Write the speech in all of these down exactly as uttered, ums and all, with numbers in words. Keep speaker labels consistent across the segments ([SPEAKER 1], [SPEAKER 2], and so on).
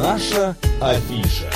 [SPEAKER 1] Наша афиша.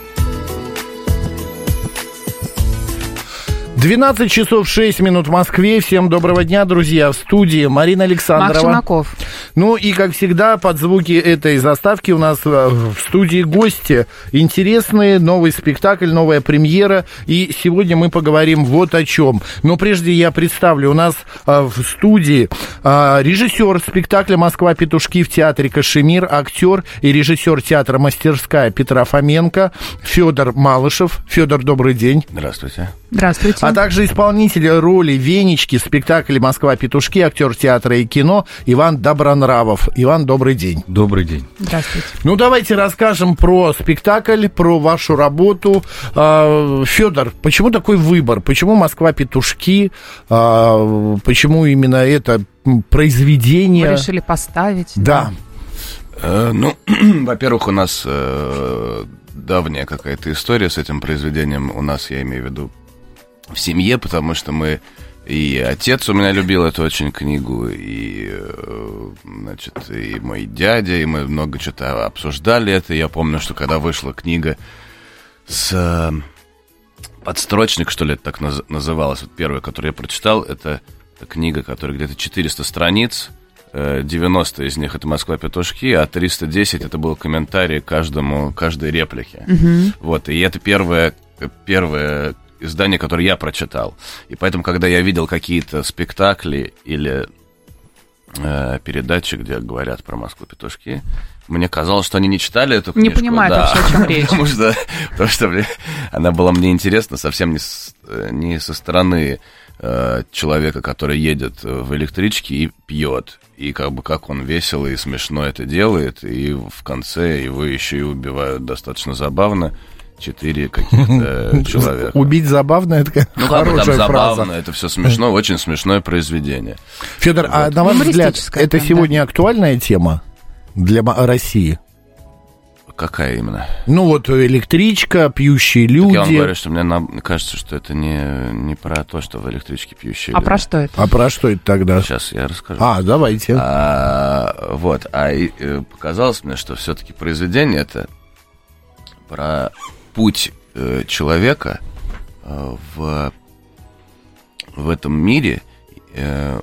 [SPEAKER 2] двенадцать часов шесть минут в Москве. Всем доброго дня, друзья. В студии Марина Александрова.
[SPEAKER 3] Макс Шумаков.
[SPEAKER 2] Ну и, как всегда, под звуки этой заставки у нас в студии гости. Интересные, новый спектакль, новая премьера. И сегодня мы поговорим вот о чем. Но прежде я представлю. У нас в студии режиссер спектакля «Москва. Петушки» в театре «Кашемир», актер и режиссер театра «Мастерская» Петра Фоменко Федор Малышев. Федор, добрый день.
[SPEAKER 4] Здравствуйте.
[SPEAKER 3] Здравствуйте.
[SPEAKER 2] А также исполнитель роли Венечки в спектакле «Москва. Петушки», актер театра и кино Иван Добронравов. Иван, добрый день.
[SPEAKER 4] Добрый день.
[SPEAKER 3] Здравствуйте.
[SPEAKER 2] Ну, давайте расскажем про спектакль, про вашу работу. Федор, почему такой выбор? Почему «Москва. Петушки»? Почему именно это произведение?
[SPEAKER 3] Вы решили поставить?
[SPEAKER 2] Да.
[SPEAKER 4] Э, ну, во-первых, у нас э, давняя какая-то история с этим произведением. У нас, я имею в виду, в семье, потому что мы... И отец у меня любил эту очень книгу, и, значит, и мой дядя, и мы много что-то обсуждали это. Я помню, что когда вышла книга с... «Подстрочник», что ли, это так наз... называлось, вот первая, которую я прочитал, это, это книга, которая где-то четыреста страниц, девяносто из них это «Москва. Петушки», а триста десять это был комментарий каждому, каждой реплике. Mm-hmm. Вот, и это первое, первое издание, которое я прочитал. И поэтому, когда я видел какие-то спектакли или э, передачи, где говорят про «Москву. Петушки», мне казалось, что они не читали эту книжку.
[SPEAKER 3] Не понимают
[SPEAKER 4] да.
[SPEAKER 3] вообще, о чем речь.
[SPEAKER 4] Потому что, потому что мне, она была мне интересна совсем не, с, не со стороны э, человека, который едет в электричке и пьет. И как бы как он весело и смешно это делает. И в конце его еще и убивают достаточно забавно. Четыре каких-то человека.
[SPEAKER 2] Убить забавно, это ну, хорошая
[SPEAKER 4] там
[SPEAKER 2] фраза.
[SPEAKER 4] Забавно, это все смешно, очень смешное произведение.
[SPEAKER 2] Федор, вот. А на ваш взгляд, это там, сегодня да. актуальная тема для России?
[SPEAKER 4] Какая именно?
[SPEAKER 2] Ну вот электричка, пьющие люди.
[SPEAKER 4] Так я вам говорю, что мне, мне кажется, что это не, не про то, что в электричке пьющие
[SPEAKER 3] а
[SPEAKER 4] люди.
[SPEAKER 3] А про что это?
[SPEAKER 2] А про что это тогда?
[SPEAKER 4] Сейчас я расскажу.
[SPEAKER 2] А, давайте.
[SPEAKER 4] А, вот, а и, показалось мне, что все-таки произведение это про путь э, человека э, в, в этом мире, э,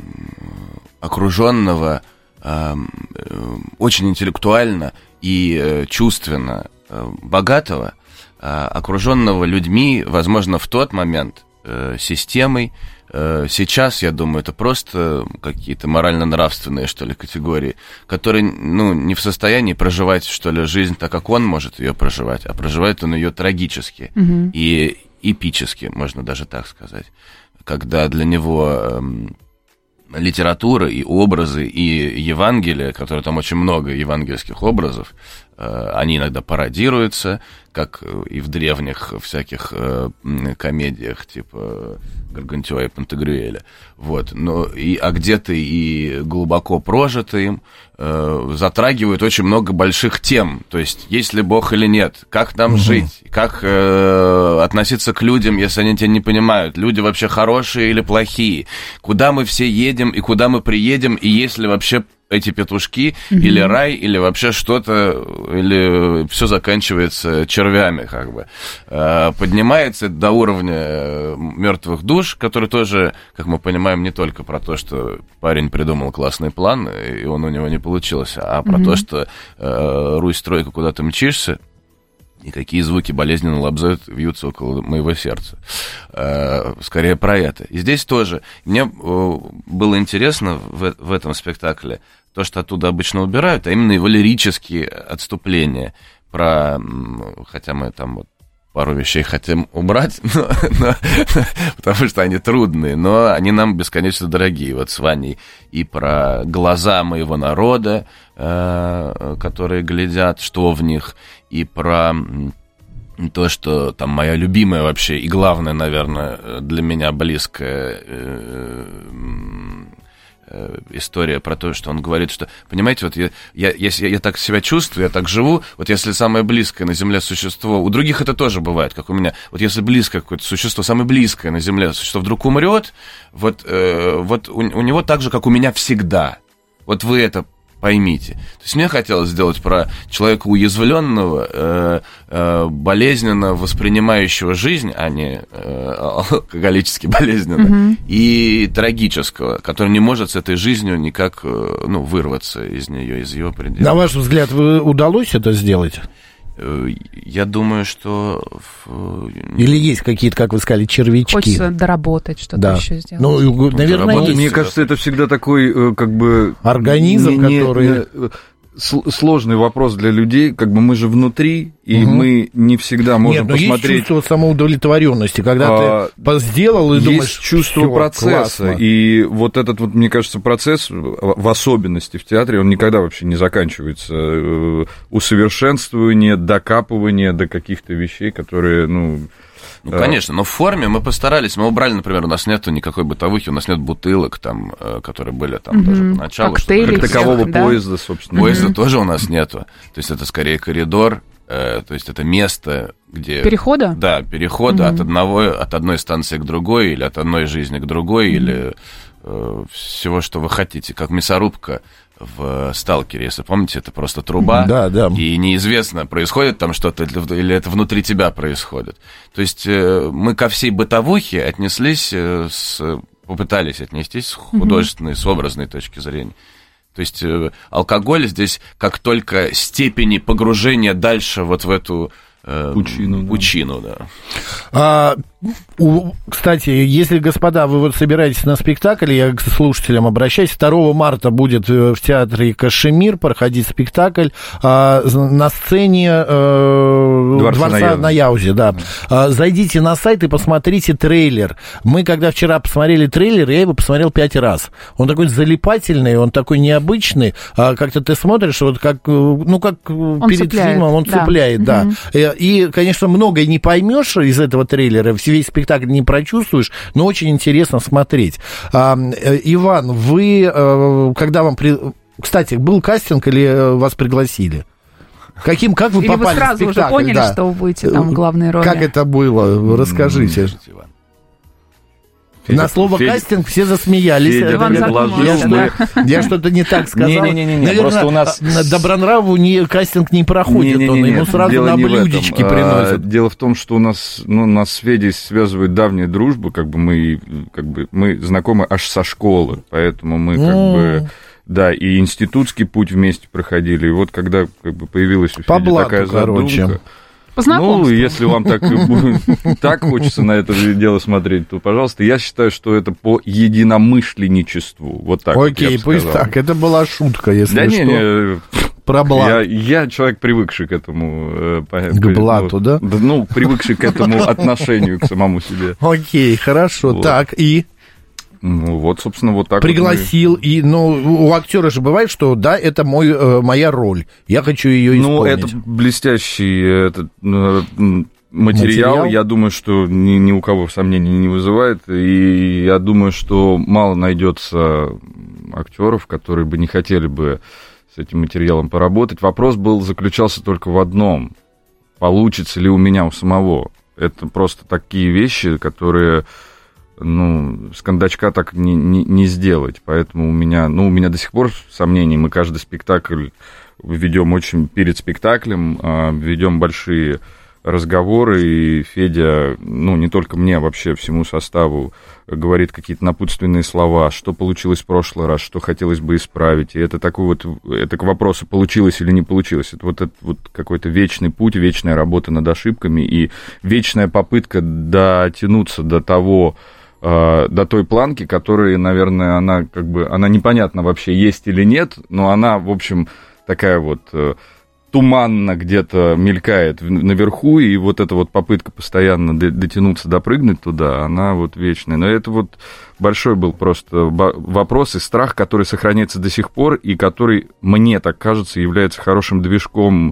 [SPEAKER 4] окруженного э, э, очень интеллектуально и э, чувственно э, богатого, э, окруженного людьми, возможно, в тот момент э, системой. Э, сейчас, я думаю, это просто какие-то морально-нравственные, что ли, категории, которые, ну, не в состоянии проживать, что ли, жизнь так, как он может ее проживать, а проживает он ее трагически mm-hmm. и эпически, можно даже так сказать, когда для него... Э, литература и образы, и Евангелие, которые там очень много евангельских образов, э, они иногда пародируются, как и в древних всяких э, комедиях, типа Гаргантюа и Пантагрюэля. Вот. Но и, а где-то и глубоко прожито им, э, затрагивают очень много больших тем. То есть, есть ли Бог или нет, как нам угу. жить, как э, относиться к людям, если они тебя не понимают, люди вообще хорошие или плохие, куда мы все едем и куда мы приедем, и есть ли вообще эти петушки, mm-hmm. или рай, или вообще что-то, или все заканчивается червями, как бы. Поднимается до уровня мертвых душ, который тоже, как мы понимаем, не только про то, что парень придумал классный план, и он у него не получился, а про mm-hmm. то, что Русь-стройка, куда ты мчишься, и какие звуки болезненно лобзают, вьются около моего сердца. Скорее про это. И здесь тоже. Мне было интересно в, в этом спектакле то, что оттуда обычно убирают, а именно его лирические отступления. Про... Хотя мы там вот пару вещей хотим убрать, но, но, потому что они трудные, но они нам бесконечно дорогие. Вот с Ваней и про глаза моего народа, э, которые глядят, что в них, и про то, что там моя любимая вообще, и главное, наверное, для меня близкая э, история про то, что он говорит, что, понимаете, вот я, я, если я, я так себя чувствую, я так живу, вот если самое близкое на Земле существо, у других это тоже бывает, как у меня, вот если близкое какое-то существо, самое близкое на Земле существо вдруг умрет, вот, э, вот у, у него так же, как у меня всегда. Вот вы это поймите. То есть мне хотелось сделать про человека уязвленного, э, э, болезненно воспринимающего жизнь, а не э, алкоголически болезненно, mm-hmm. и трагического, который не может с этой жизнью никак э, ну, вырваться из нее, из ее пределов.
[SPEAKER 2] На ваш взгляд, вы, удалось это сделать?
[SPEAKER 4] Я думаю, что...
[SPEAKER 2] Или есть какие-то, как вы сказали, червячки?
[SPEAKER 3] Хочется доработать, что-то да. еще сделать.
[SPEAKER 2] Ну, наверное, есть.
[SPEAKER 5] Мне кажется, это всегда такой, как бы...
[SPEAKER 2] Организм, не, который...
[SPEAKER 5] Не, сложный вопрос для людей, как бы мы же внутри, и угу. мы не всегда можем
[SPEAKER 2] Нет, но
[SPEAKER 5] посмотреть...
[SPEAKER 2] есть чувство самоудовлетворенности, когда а, ты сделал и
[SPEAKER 5] есть
[SPEAKER 2] думаешь...
[SPEAKER 5] Есть чувство процесса, классно. И вот этот вот, мне кажется, процесс, в особенности в театре, он никогда вообще не заканчивается. Усовершенствование, докапывание до каких-то вещей, которые, ну...
[SPEAKER 4] Ну, конечно, но в форме мы постарались, мы убрали, например, у нас нету никакой бытовухи, у нас нет бутылок, там, которые были там mm-hmm. даже поначалу.
[SPEAKER 3] Коктейли,
[SPEAKER 5] как такового да? поезда, собственно.
[SPEAKER 4] Поезда mm-hmm. тоже у нас нету, то есть это скорее коридор, э, то есть это место, где...
[SPEAKER 3] Перехода?
[SPEAKER 4] Да, перехода mm-hmm. от, одного, от одной станции к другой, или от одной жизни к другой, mm-hmm. или э, всего, что вы хотите, как мясорубка в «Сталкере», если помните, это просто труба,
[SPEAKER 2] да, да.
[SPEAKER 4] и неизвестно, происходит там что-то или это внутри тебя происходит. То есть мы ко всей бытовухе отнеслись, с, попытались отнестись с художественной, с образной точки зрения. То есть алкоголь здесь как только степени погружения дальше вот в эту...
[SPEAKER 5] Пучину, да.
[SPEAKER 4] Пучину, да.
[SPEAKER 2] А, у, кстати, если, господа, вы вот собираетесь на спектакль, я к слушателям обращаюсь, второго марта будет в театре «Кашемир» проходить спектакль а, на сцене а, Дворца, Дворца на Яузе. Да. А, зайдите на сайт и посмотрите трейлер. Мы, когда вчера посмотрели трейлер, я его посмотрел пять раз. Он такой залипательный, он такой необычный. А, как-то ты смотришь, вот как, ну, как он перед цепляет. Фильмом он да. цепляет, да. Mm-hmm. И, конечно, многое не поймешь из этого трейлера, весь спектакль не прочувствуешь, но очень интересно смотреть. А, Иван, вы, когда вам... При... Кстати, был кастинг или вас пригласили? Каким, как вы
[SPEAKER 3] или
[SPEAKER 2] попали
[SPEAKER 3] вы сразу
[SPEAKER 2] в спектакль?
[SPEAKER 3] Уже поняли,
[SPEAKER 2] да.
[SPEAKER 3] что вы будете там в главной роли?
[SPEAKER 2] Как это было? Расскажите.
[SPEAKER 4] Иван.
[SPEAKER 2] На слово Федя, кастинг все засмеялись.
[SPEAKER 5] Федя,
[SPEAKER 2] я, что, я что-то не так сказал.
[SPEAKER 5] Не-не-не,
[SPEAKER 2] наверное,
[SPEAKER 5] просто у нас...
[SPEAKER 2] Добронраву не, кастинг не проходит,
[SPEAKER 5] не, не, не,
[SPEAKER 2] он
[SPEAKER 5] не,
[SPEAKER 2] ему сразу
[SPEAKER 5] дело
[SPEAKER 2] на блюдечки приносят.
[SPEAKER 5] А, дело в том, что у нас, ну, нас с Федей связывает давняя дружба, как бы мы, как бы, мы знакомы аж со школы, поэтому мы как mm. бы... Да, и институтский путь вместе проходили, и вот когда как бы появилась у Феди такая задумка... Ну, если вам так, так хочется на это дело смотреть, то, пожалуйста, я считаю, что это по единомышленничеству. Вот так.
[SPEAKER 2] Окей,
[SPEAKER 5] вот
[SPEAKER 2] пусть так. Это была шутка, если
[SPEAKER 5] да
[SPEAKER 2] что.
[SPEAKER 5] Не, не,
[SPEAKER 2] про блат.
[SPEAKER 5] Я, я человек, привыкший к этому.
[SPEAKER 2] К блату, да?
[SPEAKER 5] Ну, привыкший к этому отношению к самому себе.
[SPEAKER 2] Окей, хорошо. Вот. Так, и...
[SPEAKER 5] Ну, вот, собственно, вот так
[SPEAKER 2] пригласил, вот мы... и, ну, у актера же бывает, что, да, это мой, э, моя роль, я хочу ее исполнить.
[SPEAKER 5] Ну, это блестящий этот, э, материал, материал, я думаю, что ни, ни у кого сомнений не вызывает, и я думаю, что мало найдется актеров, которые бы не хотели бы с этим материалом поработать. Вопрос был, заключался только в одном, получится ли у меня у самого. Это просто такие вещи, которые... Ну, с кондачка так не, не, не сделать, поэтому у меня, ну, у меня до сих пор сомнений, мы каждый спектакль ведем очень перед спектаклем, ведем большие разговоры, и Федя, ну, не только мне, а вообще всему составу говорит какие-то напутственные слова, что получилось в прошлый раз, что хотелось бы исправить, и это такой вот, это к вопросу, получилось или не получилось, это вот, это вот какой-то вечный путь, вечная работа над ошибками и вечная попытка дотянуться до того, до той планки, которая, наверное, она как бы, она непонятна вообще, есть или нет, но она, в общем, такая вот туманно где-то мелькает наверху, и вот эта вот попытка постоянно дотянуться, допрыгнуть туда, она вот вечная. Но это вот большой был просто вопрос и страх, который сохраняется до сих пор, и который, мне так кажется, является хорошим движком,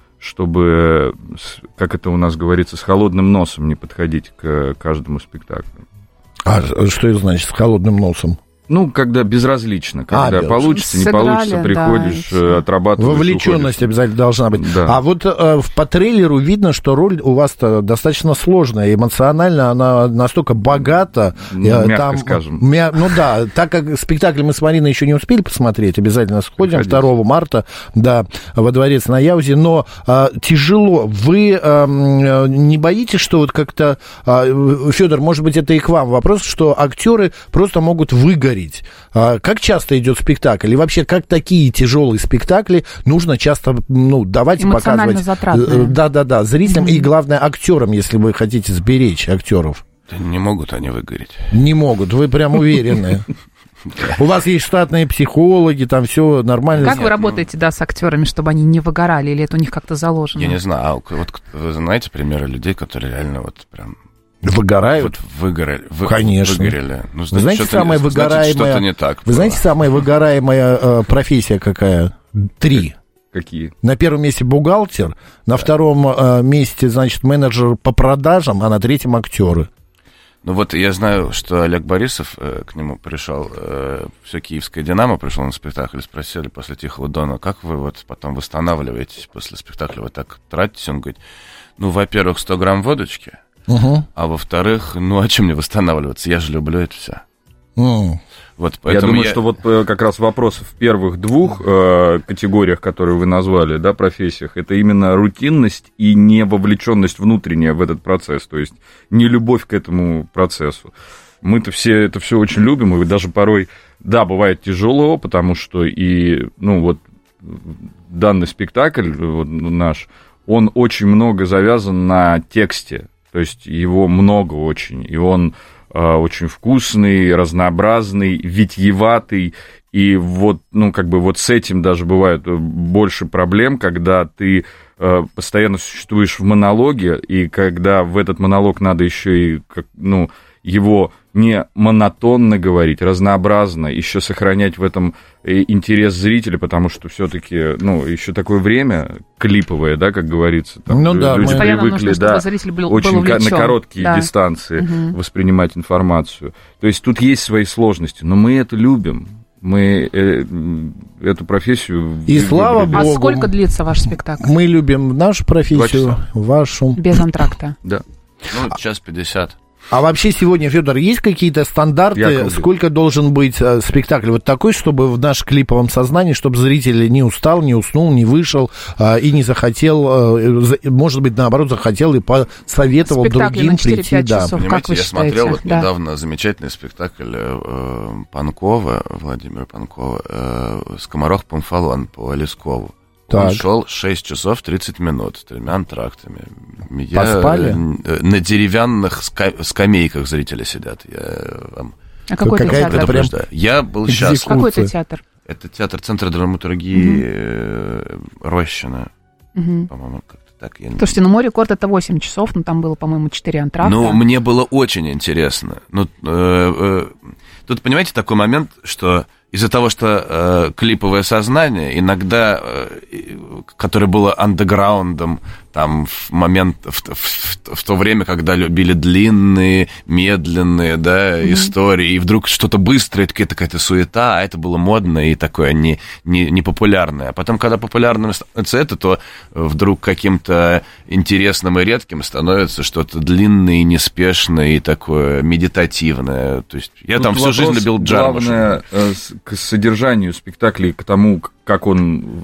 [SPEAKER 5] чтобы, как это у нас говорится, с холодным носом не подходить к каждому спектаклю.
[SPEAKER 2] А что это значит, с холодным носом?
[SPEAKER 5] Ну, когда безразлично, когда а, получится, сыграли, не получится, приходишь, да, отрабатываешь.
[SPEAKER 2] Вовлеченность обязательно должна быть. Да. А вот э, по трейлеру видно, что роль у вас-то достаточно сложная, эмоционально она настолько богата.
[SPEAKER 5] Мягко
[SPEAKER 2] там,
[SPEAKER 5] скажем.
[SPEAKER 2] Мя, ну да, так как спектакль мы с Мариной еще не успели посмотреть, обязательно сходим Приходите. второго марта, да, во дворец на Яузе, но э, тяжело. Вы э, не боитесь, что вот как-то, э, Федор, может быть, это и к вам вопрос, что актеры просто могут выгореть? Как часто идет спектакль? И вообще, как такие тяжелые спектакли нужно часто, ну, давать и показывать? Да-да-да, зрителям mm-hmm. и, главное, актерам, если вы хотите сберечь актеров.
[SPEAKER 4] Да не могут они выгореть.
[SPEAKER 2] Не могут, вы прям уверены. У вас есть штатные психологи, там все нормально.
[SPEAKER 3] Как вы работаете, да, с актерами, чтобы они не выгорали, или это у них как-то заложено?
[SPEAKER 4] Я не знаю, а вот вы знаете примеры людей, которые реально вот прям...
[SPEAKER 2] Выгорают?
[SPEAKER 4] Вот выгорели. Вы,
[SPEAKER 2] Конечно.
[SPEAKER 4] Выгорели. Ну, значит,
[SPEAKER 2] вы знаете, самая выгораемая... Значит,
[SPEAKER 4] что-то не так.
[SPEAKER 2] Вы знаете, самая выгораемая э, профессия какая? Три.
[SPEAKER 5] Какие?
[SPEAKER 2] На первом месте бухгалтер, на да. втором э, месте, значит, менеджер по продажам, а на третьем актеры.
[SPEAKER 4] Ну вот я знаю, что Олег Борисов, э, к нему пришел, э, все киевское «Динамо» пришел на спектакль, спросили после «Тихого дона», как вы вот потом восстанавливаетесь после спектакля, вы так тратитесь? Он говорит, ну, во-первых, сто грамм водочки, угу. а во-вторых, ну, а чем мне восстанавливаться? Я же люблю это все.
[SPEAKER 2] Mm.
[SPEAKER 5] Вот, я думаю, я... что вот как раз вопрос в первых двух э, категориях, которые вы назвали, да, профессиях, это именно рутинность и невовлеченность внутренняя в этот процесс, то есть не любовь к этому процессу. Мы-то все это все очень любим, и даже порой, да, бывает тяжело, потому что и, ну, вот данный спектакль вот, наш, он очень много завязан на тексте, то есть его много очень, и он очень вкусный, разнообразный, витьеватый, и вот, ну, как бы вот с этим даже бывает больше проблем, когда ты постоянно существуешь в монологе, и когда в этот монолог надо еще и, ну, его не монотонно говорить, разнообразно, еще сохранять в этом интерес зрителя, потому что все-таки, ну, еще такое время клиповое, да, как говорится, там,
[SPEAKER 2] ну, да,
[SPEAKER 5] люди привыкли,
[SPEAKER 3] нужно,
[SPEAKER 5] да,
[SPEAKER 3] был,
[SPEAKER 5] очень
[SPEAKER 3] был
[SPEAKER 5] на короткие да. дистанции угу. воспринимать информацию. То есть тут есть свои сложности, но мы это любим. Мы э, эту профессию...
[SPEAKER 2] И слава
[SPEAKER 3] любим.
[SPEAKER 2] богу...
[SPEAKER 3] А сколько длится ваш спектакль?
[SPEAKER 2] Мы любим нашу профессию, вашу.
[SPEAKER 3] Без антракта.
[SPEAKER 5] Да.
[SPEAKER 4] Ну, час пятьдесят.
[SPEAKER 2] А вообще сегодня, Федор, есть какие-то стандарты, Яковлев. Сколько должен быть э, спектакль вот такой, чтобы в наш клиповом сознании, чтобы зритель не устал, не уснул, не вышел э, и не захотел, э, может быть, наоборот, захотел и посоветовал спектакль другим прийти. Да.
[SPEAKER 4] Часов, понимаете, я смотрел вот да. недавно замечательный спектакль э, Панкова, Владимира Панкова, э, «Скоморох Памфалон» по Лескову. Так. Он шел шесть часов тридцать минут с тремя антрактами. Я
[SPEAKER 2] Поспали?
[SPEAKER 4] На деревянных скамейках зрители сидят. Я вам
[SPEAKER 3] а какой это театр?
[SPEAKER 2] Прям...
[SPEAKER 4] Я был счастлив.
[SPEAKER 3] Какой это театр?
[SPEAKER 4] Это театр Центра драматургии угу. Рощино. Угу. По-моему, как-то так. Я...
[SPEAKER 3] Слушайте, ну мой рекорд это восемь часов, но там было, по-моему, четыре антракта.
[SPEAKER 4] Ну, мне было очень интересно. Ну, э, э, тут, понимаете, такой момент, что из-за того, что э, клиповое сознание иногда, э, которое было андеграундом, там, в момент, в, в, в то время, когда любили длинные, медленные, да, mm-hmm. истории, и вдруг что-то быстрое, какая-то суета, а это было модно и такое не, не, не популярное. А потом, когда популярным становится это, то вдруг каким-то интересным и редким становится что-то длинное, неспешное и такое медитативное. То есть я Тут там всю жизнь любил Джармуша.
[SPEAKER 5] Главное к содержанию спектакля, к тому, как он,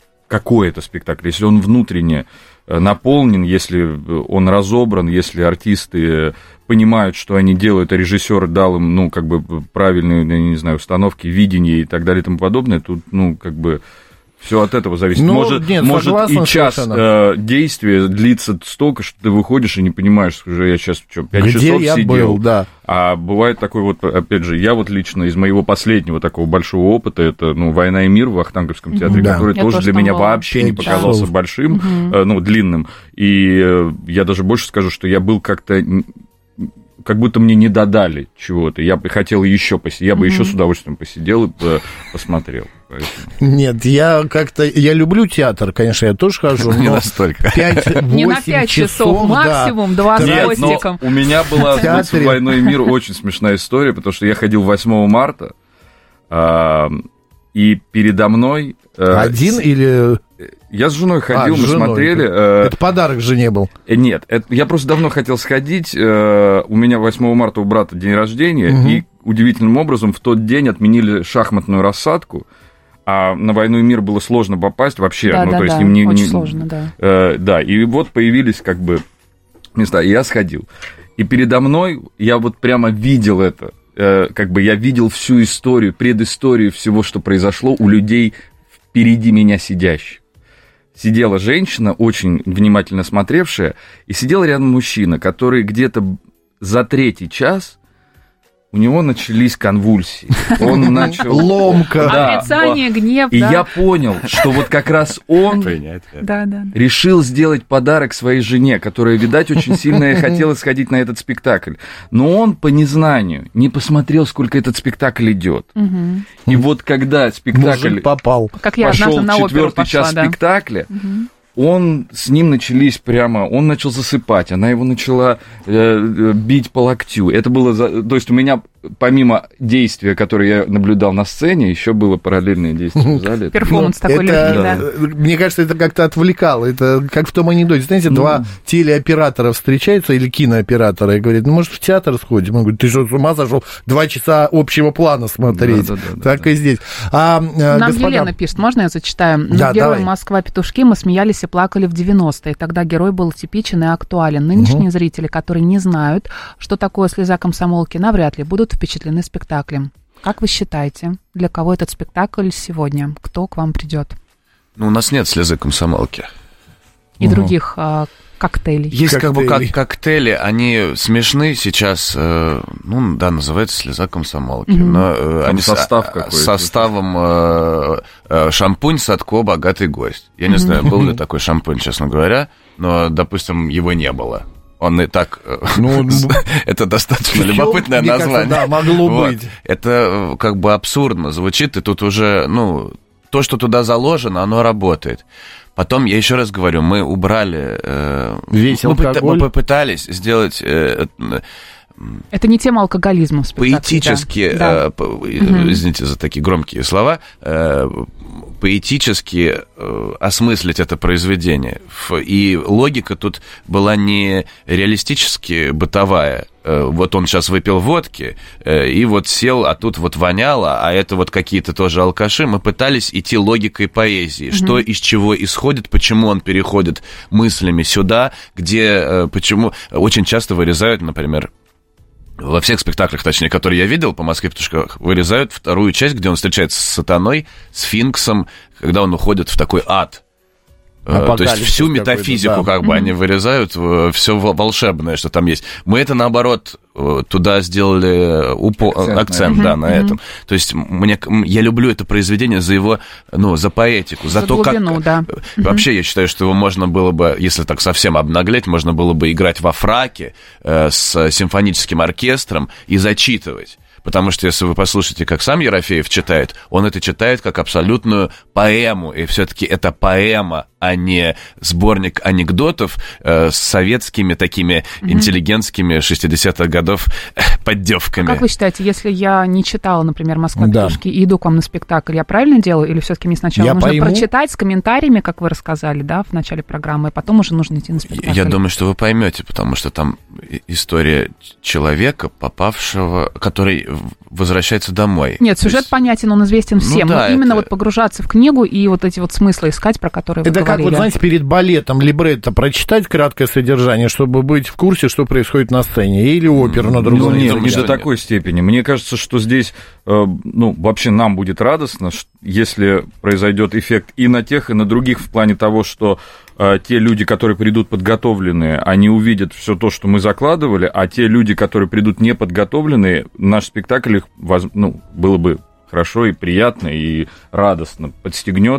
[SPEAKER 5] какой это спектакль, если он внутренне наполнен, если он разобран, если артисты понимают, что они делают, а режиссер дал им, ну, как бы правильные, не знаю, установки, видение и так далее и тому подобное, тут, ну, как бы все от этого зависит.
[SPEAKER 2] Ну,
[SPEAKER 5] может,
[SPEAKER 2] нет,
[SPEAKER 5] может и час э, действия длится столько, что ты выходишь и не понимаешь, уже я сейчас что, пять часов я сидел.
[SPEAKER 2] Был, да.
[SPEAKER 5] А бывает такой вот, опять же, я вот лично из моего последнего такого большого опыта, это, ну, «Война и мир» в Вахтанговском театре, да. который я тоже для меня была. вообще не показался часов. большим, угу. э, ну, длинным. И э, я даже больше скажу, что я был как-то... как будто мне не додали чего-то. Я бы хотел еще посидеть, я бы mm-hmm. еще с удовольствием посидел и посмотрел. Поэтому...
[SPEAKER 2] Нет, я как-то, я люблю театр, конечно, я тоже хожу, но
[SPEAKER 4] не настолько.
[SPEAKER 3] Не на пять часов, максимум два с хвостиком.
[SPEAKER 5] У меня была в «Войной и мир» очень смешная история, потому что я ходил восьмого марта, И передо мной...
[SPEAKER 2] Один с... или...
[SPEAKER 5] Я с женой ходил, а, мы
[SPEAKER 2] женой.
[SPEAKER 5] смотрели.
[SPEAKER 2] Это подарок жене был?
[SPEAKER 5] Нет, это, я просто давно хотел сходить. У меня восьмого марта у брата день рождения, угу. и удивительным образом в тот день отменили шахматную рассадку, а на «Войну и мир» было сложно попасть вообще.
[SPEAKER 3] Да,
[SPEAKER 5] ну,
[SPEAKER 3] да,
[SPEAKER 5] то есть
[SPEAKER 3] да,
[SPEAKER 5] им не,
[SPEAKER 3] очень
[SPEAKER 5] не,
[SPEAKER 3] сложно, да.
[SPEAKER 5] Э, да, и вот появились как бы места, и я сходил. И передо мной я вот прямо видел это. Как бы я видел всю историю, предысторию всего, что произошло у людей впереди меня сидящих. Сидела женщина, очень внимательно смотревшая, и сидел рядом мужчина, который где-то за третий час, у него начались конвульсии. Он начал...
[SPEAKER 2] Ломка.
[SPEAKER 3] Да, отрицание, гнев,
[SPEAKER 5] и
[SPEAKER 3] да.
[SPEAKER 5] я понял, что вот как раз он
[SPEAKER 3] да, да.
[SPEAKER 5] решил сделать подарок своей жене, которая, видать, очень сильно хотела сходить на этот спектакль. Но он по незнанию не посмотрел, сколько этот спектакль идет. Угу. И вот когда спектакль
[SPEAKER 2] Мужик попал,
[SPEAKER 3] как я
[SPEAKER 5] пошел
[SPEAKER 3] на
[SPEAKER 5] четвертый
[SPEAKER 3] пошла,
[SPEAKER 5] час
[SPEAKER 3] да.
[SPEAKER 5] спектакля,
[SPEAKER 3] угу.
[SPEAKER 5] он, с ним начались прямо, он начал засыпать, она его начала э, бить по локтю. Это было, за, то есть у меня, помимо действия, которое я наблюдал на сцене, еще было параллельное действие в зале.
[SPEAKER 3] Перформанс такой легкий, да.
[SPEAKER 2] Мне кажется, это как-то отвлекало. Это как в том анекдоте. Знаете, два телеоператора встречаются, или кинооператора, и говорят, ну, может, в театр сходим? Он говорит, ты что, с ума сошел? Два часа общего плана смотреть. Так и здесь.
[SPEAKER 3] Нам Елена пишет, можно я зачитаю?
[SPEAKER 2] Да,
[SPEAKER 3] герой «Москва-петушки» мы смеялись и плакали в девяностые. Тогда герой был типичен и актуален. Нынешние зрители, которые не знают, что такое «Слеза комсомолки», навряд ли будут впечатлены спектаклем. Как вы считаете, для кого этот спектакль сегодня? Кто к вам придет?
[SPEAKER 4] Ну, у нас нет «Слезы комсомолки».
[SPEAKER 3] И угу. других а, коктейлей.
[SPEAKER 4] Есть
[SPEAKER 2] коктейли.
[SPEAKER 4] как бы как коктейли, они смешны сейчас, э, ну, да, называется «Слеза комсомолки». Угу. Но э, они
[SPEAKER 5] состав
[SPEAKER 4] с составом э, э, шампунь, Садко, богатый гость. Я не знаю, был ли такой шампунь, честно говоря, но, допустим, его не было. Он и так... Ну, это достаточно любопытное название.
[SPEAKER 2] Да, могло
[SPEAKER 4] вот.
[SPEAKER 2] быть.
[SPEAKER 4] Это как бы абсурдно звучит, и тут уже, ну, то, что туда заложено, оно работает. Потом, я еще раз говорю, мы убрали... Э,
[SPEAKER 2] Весь
[SPEAKER 4] мы,
[SPEAKER 2] алкоголь.
[SPEAKER 4] мы попытались сделать... Э,
[SPEAKER 3] это не тема алкоголизма в спектакле.
[SPEAKER 4] Поэтически,
[SPEAKER 3] да.
[SPEAKER 4] э, по, угу. извините за такие громкие слова, э, поэтически э, осмыслить это произведение. И логика тут была не реалистически бытовая. Э, вот он сейчас выпил водки, э, и вот сел, а тут вот воняло, а это вот какие-то тоже алкаши. Мы пытались идти логикой поэзии. Mm-hmm. Что из чего исходит, почему он переходит мыслями сюда, где, э, почему... Очень часто вырезают, например... Во всех спектаклях, точнее, которые я видел по «Москве-петушках», вырезают вторую часть, где он встречается с сатаной, сфинксом, когда он уходит в такой ад. То есть всю метафизику да. как бы mm-hmm. они вырезают, все волшебное, что там есть. Мы это, наоборот, туда сделали упо... акцент, акцент mm-hmm. да, на mm-hmm. этом. То есть мне... я люблю это произведение за его, ну, за поэтику, за, за то, глубину, как... Да. Вообще, mm-hmm. я считаю, что его можно было бы, если так совсем обнаглеть, можно было бы играть во фраке э, с симфоническим оркестром и зачитывать. Потому что, если вы послушаете, как сам Ерофеев читает, он это читает как абсолютную поэму. И все-таки это поэма, а не сборник анекдотов э, с советскими такими mm-hmm. интеллигентскими шестидесятых годов поддевками.
[SPEAKER 3] А как вы считаете, если я не читала, например, «Москва-петушки» да. и иду к вам на спектакль, я правильно делаю? Или все-таки мне сначала я нужно пойму. прочитать с комментариями, как вы рассказали, да, в начале программы, и потом уже нужно идти на спектакль?
[SPEAKER 4] Я думаю, что вы поймете, потому что там история человека, попавшего, который возвращается домой.
[SPEAKER 3] Нет, сюжет есть... понятен, он известен всем.
[SPEAKER 4] Ну, да,
[SPEAKER 3] но именно
[SPEAKER 4] это...
[SPEAKER 3] вот погружаться в книгу и вот эти вот смыслы искать, про которые вы
[SPEAKER 2] это
[SPEAKER 3] говорили.
[SPEAKER 2] Это как, вот, знаете, перед балетом либретто прочитать краткое содержание, чтобы быть в курсе, что происходит на сцене, или оперу на другом
[SPEAKER 5] ну,
[SPEAKER 2] языке.
[SPEAKER 5] Нет, не до такой степени. Мне кажется, что здесь, ну, вообще нам будет радостно, если произойдет эффект и на тех, и на других, в плане того, что те люди, которые придут подготовленные, они увидят все то, что мы закладывали, а те люди, которые придут неподготовленные, наш спектакль их, ну, было бы хорошо и приятно, и радостно подстегнет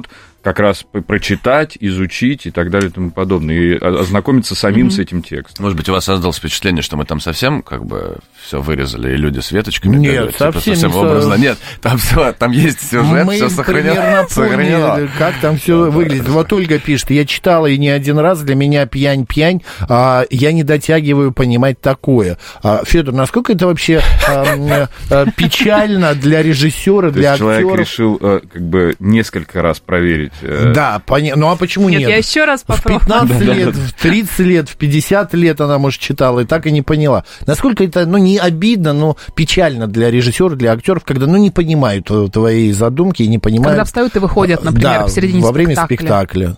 [SPEAKER 5] как раз прочитать, изучить и так далее и тому подобное, и ознакомиться самим mm-hmm. с этим текстом.
[SPEAKER 4] Может быть, у вас создалось впечатление, что мы там совсем как бы все вырезали, и люди с веточками?
[SPEAKER 2] Нет,
[SPEAKER 4] говорят,
[SPEAKER 2] совсем,
[SPEAKER 4] типа, совсем
[SPEAKER 2] не
[SPEAKER 4] образно. Со... Нет, там все, там есть сюжет,
[SPEAKER 2] мы
[SPEAKER 4] все сохранено.
[SPEAKER 2] Поняли, как там все да, выглядит. Да. Вот Ольга пишет, я читала и не один раз, для меня пьянь-пьянь, а я не дотягиваю понимать такое. А, Федор, насколько это вообще а, а, печально для режиссера, для актеров?
[SPEAKER 5] Человек решил как бы несколько раз проверить.
[SPEAKER 2] Да, понятно. Ну а почему нет?
[SPEAKER 3] Нет, я еще раз попробую.
[SPEAKER 2] В пятнадцать лет, в тридцать лет, в пятьдесят лет она, может, читала и так и не поняла. Насколько это, ну, не обидно, но печально для режиссера, для актеров, когда, ну, не понимают твоей задумки и не понимают...
[SPEAKER 3] Когда встают и выходят, например,
[SPEAKER 2] да,
[SPEAKER 3] в середине
[SPEAKER 2] во время
[SPEAKER 3] спектакля.
[SPEAKER 2] спектакля.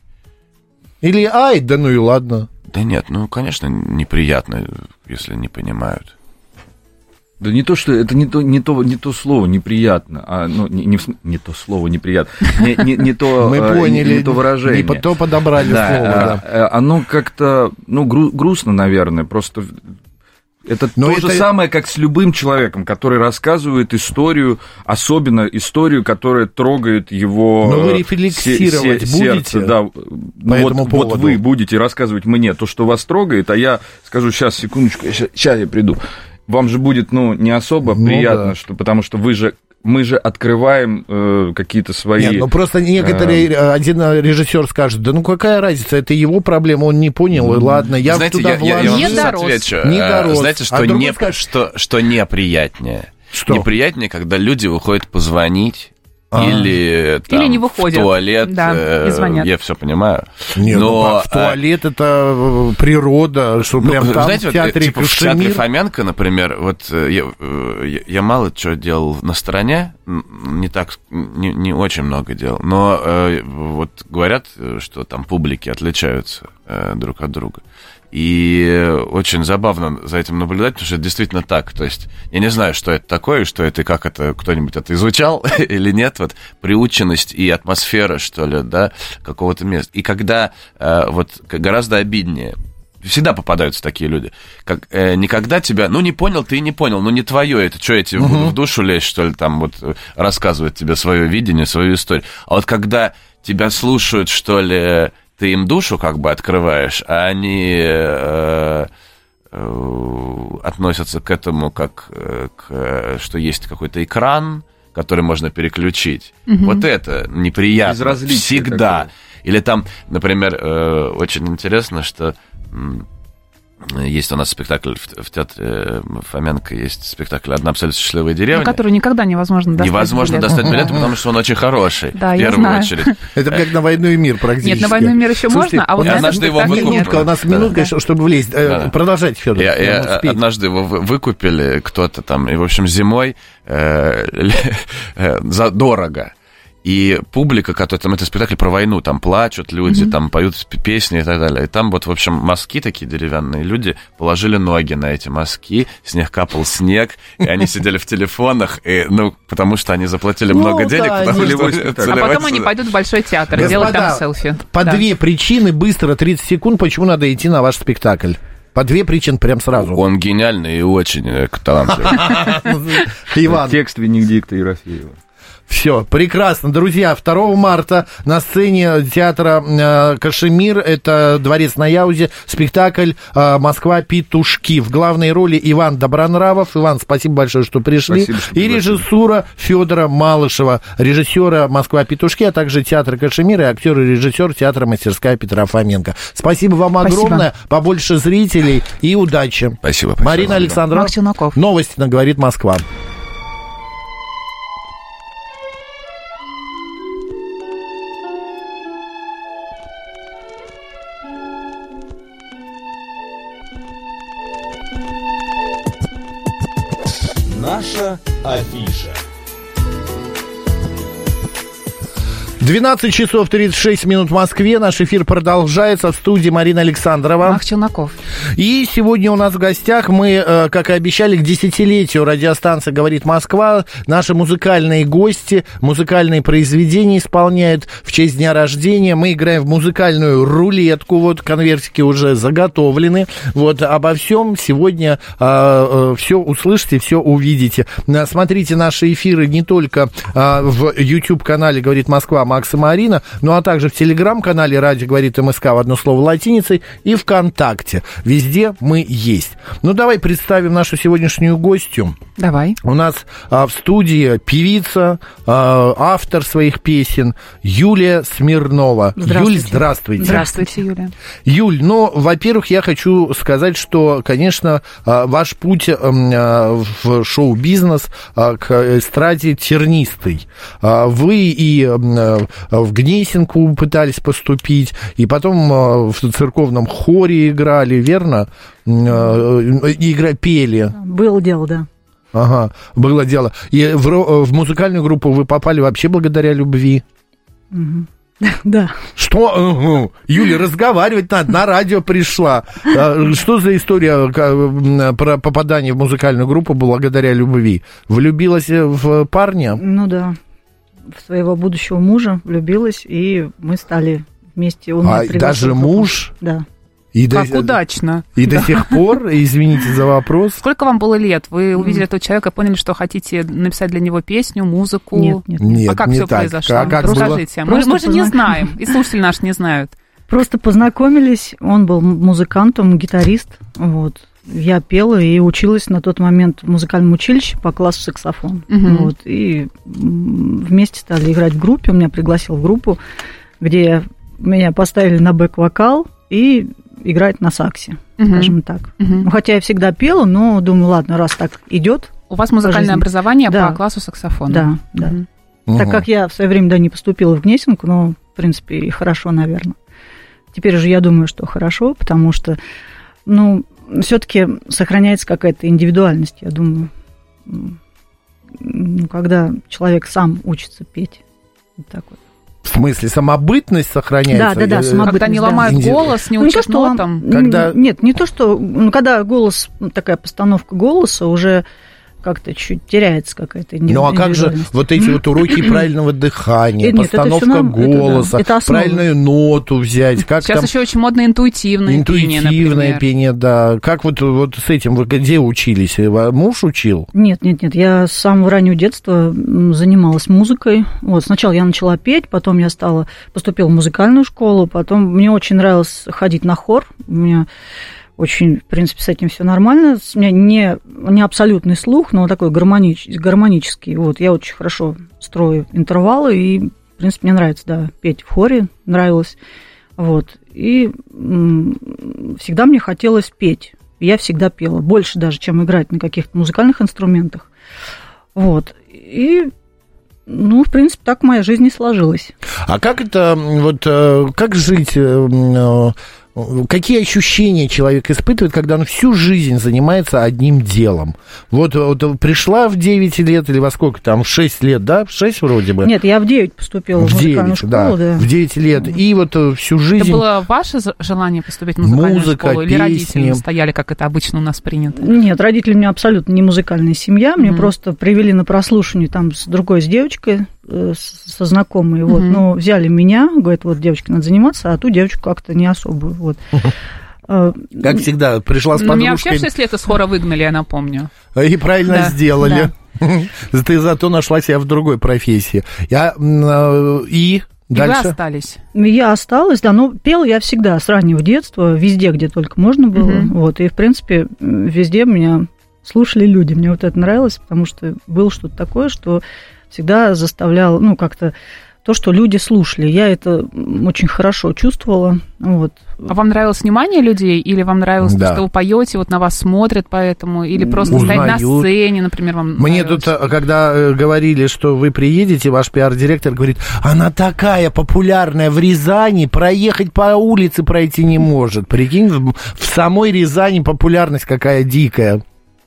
[SPEAKER 2] Или, ай, да ну и ладно.
[SPEAKER 4] Да нет, ну, конечно, неприятно, если не понимают.
[SPEAKER 5] Да не то, что это не то, не то, не то слово неприятно, а ну не, не, не то слово неприятно, не, не, не то,
[SPEAKER 2] мы поняли,
[SPEAKER 5] не, не то выражение.
[SPEAKER 2] Не то подобрали
[SPEAKER 5] да,
[SPEAKER 2] слово,
[SPEAKER 5] а,
[SPEAKER 2] да.
[SPEAKER 5] Оно как-то, ну, гру, грустно, наверное, просто это
[SPEAKER 2] Но
[SPEAKER 5] то
[SPEAKER 2] это...
[SPEAKER 5] же самое, как с любым человеком, который рассказывает историю, особенно историю, которая трогает его.
[SPEAKER 2] Но вы рефлексировать
[SPEAKER 5] се- будете? Сердце, да.
[SPEAKER 2] По
[SPEAKER 5] вот,
[SPEAKER 2] этому поводу.
[SPEAKER 5] Вот вы будете рассказывать мне то, что вас трогает, а я скажу, сейчас, секундочку, сейчас, сейчас я приду. Вам же будет, ну, не особо ну, приятно, да. что, потому что вы же, мы же открываем э, какие-то свои...
[SPEAKER 2] Нет, ну просто некоторые, э, один режиссер скажет, да ну какая разница, это его проблема, он не понял, и ладно, я
[SPEAKER 4] знаете,
[SPEAKER 2] туда
[SPEAKER 4] я,
[SPEAKER 2] вложу.
[SPEAKER 4] я, я вам
[SPEAKER 3] не дорос.
[SPEAKER 4] отвечу.
[SPEAKER 2] Не дорос.
[SPEAKER 4] Знаете, что,
[SPEAKER 2] а
[SPEAKER 4] не,
[SPEAKER 2] скажет...
[SPEAKER 4] что, что неприятнее?
[SPEAKER 2] Что?
[SPEAKER 4] Неприятнее, когда люди выходят позвонить, А-а-а. Или, там,
[SPEAKER 3] Или не выходят.
[SPEAKER 4] В туалет,
[SPEAKER 3] да,
[SPEAKER 4] э,
[SPEAKER 3] и звонят.
[SPEAKER 4] Я все понимаю.
[SPEAKER 2] Не,
[SPEAKER 4] но
[SPEAKER 2] ну, а в туалет а... это природа, что
[SPEAKER 4] ну,
[SPEAKER 2] прям там
[SPEAKER 4] знаете,
[SPEAKER 2] в театре
[SPEAKER 4] вот, типа, в театре
[SPEAKER 2] Кашемир...
[SPEAKER 4] Фоменко, например, вот я, я, я мало чего делал на стороне, не так, не, не очень много делал, но э, вот говорят, что там публики отличаются э, друг от друга. И очень забавно за этим наблюдать, потому что это действительно так. То есть я не знаю, что это такое, что это, и как это, кто-нибудь это изучал или нет. Вот приученность и атмосфера, что ли, да, какого-то места. И когда э, вот гораздо обиднее, всегда попадаются такие люди, как э, никогда тебя, ну не понял, ты и не понял, ну не твое это, что я тебе буду в душу лезть, что ли, там вот рассказывать тебе свое видение, свою историю. А вот когда тебя слушают, что ли, ты им душу как бы открываешь, а они э, э, относятся к этому как к, что есть какой-то экран, который можно переключить. Mm-hmm. Вот это неприятно всегда. Такое. Или там, например, э, очень интересно, что есть у нас спектакль в, в театре Фоменко, есть спектакль «Одна абсолютно счастливая деревня».
[SPEAKER 3] На который никогда невозможно достать
[SPEAKER 4] Невозможно
[SPEAKER 3] билет.
[SPEAKER 4] достать билеты, потому что он очень хороший,
[SPEAKER 3] да,
[SPEAKER 4] в первую очередь.
[SPEAKER 2] Это как на «Войну и мир» практически.
[SPEAKER 3] Нет, на «Войну и мир» еще Слушайте, можно, а вот на этом спектакле нет.
[SPEAKER 2] У нас минутка, да. чтобы влезть. Да. Продолжайте, Федор.
[SPEAKER 4] Я, я однажды его выкупили, кто-то там, и, в общем, зимой э, э, задорого. И публика, которая там, это спектакль про войну, там плачут люди, mm-hmm. там поют песни и так далее. И там вот, в общем, мазки такие деревянные, люди положили ноги на эти мазки, с них капал снег, и они сидели в телефонах, и, ну, потому что они заплатили много денег.
[SPEAKER 3] А потом они пойдут в Большой театр и делать там селфи.
[SPEAKER 2] По две причины, быстро, тридцать секунд, почему надо идти на ваш спектакль. По две причины прям сразу.
[SPEAKER 4] Он гениальный и очень талантливый.
[SPEAKER 2] Иван.
[SPEAKER 5] Текст Венедикта Ерофеева.
[SPEAKER 2] Все, прекрасно. Друзья, второго марта на сцене театра э, Кашемир, это Дворец на Яузе, спектакль э, «Москва. Петушки». В главной роли Иван Добронравов. Иван, спасибо большое, что пришли.
[SPEAKER 5] Спасибо, что
[SPEAKER 2] и режиссура Федора Малышева, режиссера «Москва. Петушки», а также театра Кашемир и актер и режиссер театра «Мастерская» Петра Фоменко. Спасибо вам огромное, спасибо. Побольше зрителей и удачи.
[SPEAKER 4] Спасибо. спасибо.
[SPEAKER 2] Марина Александрова.
[SPEAKER 3] Марк Челноков.
[SPEAKER 2] Новости на «Говорит Москва».
[SPEAKER 1] Наша афиша.
[SPEAKER 2] двенадцать часов тридцать шесть минут в Москве. Наш эфир продолжается. В студии Марина Александрова.
[SPEAKER 3] Марк Челноков.
[SPEAKER 2] И сегодня у нас в гостях мы, как и обещали, к десятилетию радиостанции «Говорит Москва». Наши музыкальные гости, музыкальные произведения исполняют в честь дня рождения. Мы играем в музыкальную рулетку. Вот конвертики уже заготовлены. Вот обо всем сегодня э, все услышите, все увидите. Смотрите наши эфиры не только э, в YouTube-канале «Говорит Москва», Макс и Марина, ну а также в телеграм-канале «Радио говорит МСК» в одно слово латиницей и ВКонтакте. Везде мы есть. Ну, давай представим нашу сегодняшнюю гостью.
[SPEAKER 3] Давай.
[SPEAKER 2] У нас а, в студии певица, а, автор своих песен Юлия Смирнова.
[SPEAKER 3] Здравствуйте.
[SPEAKER 2] Юль, здравствуйте.
[SPEAKER 3] Здравствуйте, Юлия.
[SPEAKER 2] Юль, ну, во-первых, я хочу сказать, что, конечно, ваш путь в шоу-бизнес к эстраде тернистый. Вы и в Гнесинку пытались поступить, и потом в церковном хоре играли, верно? Игра, пели.
[SPEAKER 6] Было дело, да.
[SPEAKER 2] Ага, было дело. И в, в музыкальную группу вы попали вообще благодаря любви?
[SPEAKER 6] Угу. Да.
[SPEAKER 2] Что? Юля, разговаривать надо, на радио пришла. Что за история про попадание в музыкальную группу благодаря любви? Влюбилась в парня?
[SPEAKER 6] Ну да, в своего будущего мужа влюбилась, и мы стали вместе. Он
[SPEAKER 2] а даже муж?
[SPEAKER 6] Да.
[SPEAKER 2] И
[SPEAKER 3] как
[SPEAKER 2] до,
[SPEAKER 3] удачно.
[SPEAKER 2] И да. до сих пор, извините за вопрос.
[SPEAKER 3] Сколько вам было лет? Вы увидели этого человека, поняли, что хотите написать для него песню, музыку?
[SPEAKER 6] Нет, нет.
[SPEAKER 2] нет
[SPEAKER 3] а как
[SPEAKER 2] не
[SPEAKER 3] все
[SPEAKER 2] так.
[SPEAKER 3] произошло?
[SPEAKER 2] А как
[SPEAKER 3] Расскажите.
[SPEAKER 6] Было?
[SPEAKER 3] Мы, мы же не знаем, и слушатели наши не знают.
[SPEAKER 6] Просто познакомились, он был музыкантом, гитарист, вот. Я пела и училась на тот момент в музыкальном училище по классу саксофон. Uh-huh. Вот, и вместе стали играть в группе, он меня пригласил в группу, где меня поставили на бэк-вокал и играть на саксе, uh-huh. скажем так. Uh-huh. Ну, хотя я всегда пела, но думаю, ладно, раз так идет.
[SPEAKER 3] У вас музыкальное образование
[SPEAKER 6] да.
[SPEAKER 3] по классу саксофона.
[SPEAKER 6] Да, да. Uh-huh. Uh-huh. Так как я в свое время, да, не поступила в Гнесинку, но, в принципе, и хорошо, наверное. Теперь же я думаю, что хорошо, потому что, ну, все-таки сохраняется какая-то индивидуальность, я думаю. Ну, когда человек сам учится петь. Вот так вот.
[SPEAKER 2] В смысле, самобытность сохраняется?
[SPEAKER 6] Да, да, да, самобытность.
[SPEAKER 3] Когда не ломают
[SPEAKER 6] да.
[SPEAKER 3] голос, не
[SPEAKER 6] ну,
[SPEAKER 3] учат
[SPEAKER 6] не то,
[SPEAKER 3] нотам?
[SPEAKER 2] Когда...
[SPEAKER 6] Нет, не то, что... Ну, когда голос, такая постановка голоса уже как-то чуть теряется какая-то индивидуальность.
[SPEAKER 2] Ну, а как же вот эти вот уроки правильного дыхания,
[SPEAKER 6] Нет,
[SPEAKER 2] постановка
[SPEAKER 6] нам,
[SPEAKER 2] голоса,
[SPEAKER 6] это, да, это
[SPEAKER 2] правильную ноту взять? Как
[SPEAKER 3] Сейчас
[SPEAKER 2] там...
[SPEAKER 3] еще очень модно интуитивное,
[SPEAKER 2] интуитивное
[SPEAKER 3] пение,
[SPEAKER 2] Интуитивное пение, да. Как вот, вот с этим вы где учились? Муж учил?
[SPEAKER 6] Нет, нет, нет. Я с самого раннего детства занималась музыкой. Вот, сначала я начала петь, потом я стала, поступила в музыкальную школу, потом мне очень нравилось ходить на хор. У меня очень, в принципе, с этим все нормально. У меня не, не абсолютный слух, но такой гармонич, гармонический. Вот, я очень хорошо строю интервалы, и, в принципе, мне нравится, да, петь в хоре, нравилось. Вот, и м- всегда мне хотелось петь. Я всегда пела, больше даже, чем играть на каких-то музыкальных инструментах. Вот, и... Ну, в принципе, так моя жизнь и сложилась.
[SPEAKER 2] А как это, вот, как жить, какие ощущения человек испытывает, когда он всю жизнь занимается одним делом? Вот, вот пришла в девять лет или во сколько там, в шесть лет, да? В шесть вроде бы?
[SPEAKER 6] Нет, я в девять поступила в, в музыкальную школу,
[SPEAKER 2] да,
[SPEAKER 6] да.
[SPEAKER 2] в девять лет. И вот всю жизнь...
[SPEAKER 3] Это было ваше желание поступить в музыкальную
[SPEAKER 2] Музыка,
[SPEAKER 3] школу? Или
[SPEAKER 2] песни.
[SPEAKER 3] родители настояли, как это обычно у нас принято?
[SPEAKER 6] Нет, родители у меня абсолютно не музыкальная семья. Мне mm-hmm. просто привели на прослушивание там с другой, с девочкой, со знакомой. Вот. Mm-hmm. Но взяли меня, говорят, вот девочке надо заниматься, а ту девочку как-то не особо. Вот.
[SPEAKER 2] Как всегда, пришла с подружкой.
[SPEAKER 3] Меня вообще в шесть лет из хора выгнали, я напомню.
[SPEAKER 2] И правильно да, сделали. Да. Ты зато нашла себя в другой профессии. Я, и... Дальше.
[SPEAKER 3] И вы остались?
[SPEAKER 6] Я осталась, да, но пела я всегда, с раннего детства, везде, где только можно было. Mm-hmm. Вот, и, в принципе, везде меня слушали люди. Мне вот это нравилось, потому что было что-то такое, что всегда заставляло, ну, как-то то, что люди слушали. Я это очень хорошо чувствовала. Вот.
[SPEAKER 3] А вам нравилось внимание людей? Или вам нравилось
[SPEAKER 2] да.
[SPEAKER 3] то, что вы поете, вот на вас смотрят поэтому? Или просто
[SPEAKER 2] Узнают.
[SPEAKER 3] стоять на сцене, например, вам
[SPEAKER 2] Мне
[SPEAKER 3] нравилось?
[SPEAKER 2] тут, когда говорили, что вы приедете, ваш пиар-директор говорит, она такая популярная в Рязани, проехать по улице пройти не может. Прикинь, в, в самой Рязани популярность какая дикая.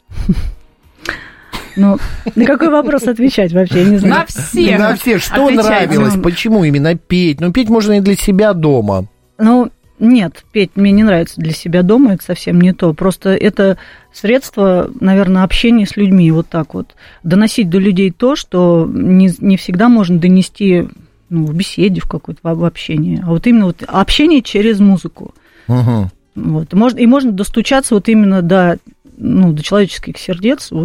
[SPEAKER 6] Ну, на какой вопрос отвечать вообще, я не знаю.
[SPEAKER 3] На все.
[SPEAKER 2] На все. Что
[SPEAKER 3] Отвечайте.
[SPEAKER 2] нравилось? Почему именно петь? Ну, петь можно и для себя дома.
[SPEAKER 6] Ну, нет, петь мне не нравится для себя дома, это совсем не то. Просто это средство, наверное, общения с людьми, вот так вот. Доносить до людей то, что не, не всегда можно донести, ну, в беседе, в какой-то в общении. А вот именно вот общение через музыку.
[SPEAKER 2] Угу.
[SPEAKER 6] Вот. И можно достучаться вот именно до, ну, до человеческих сердец, вот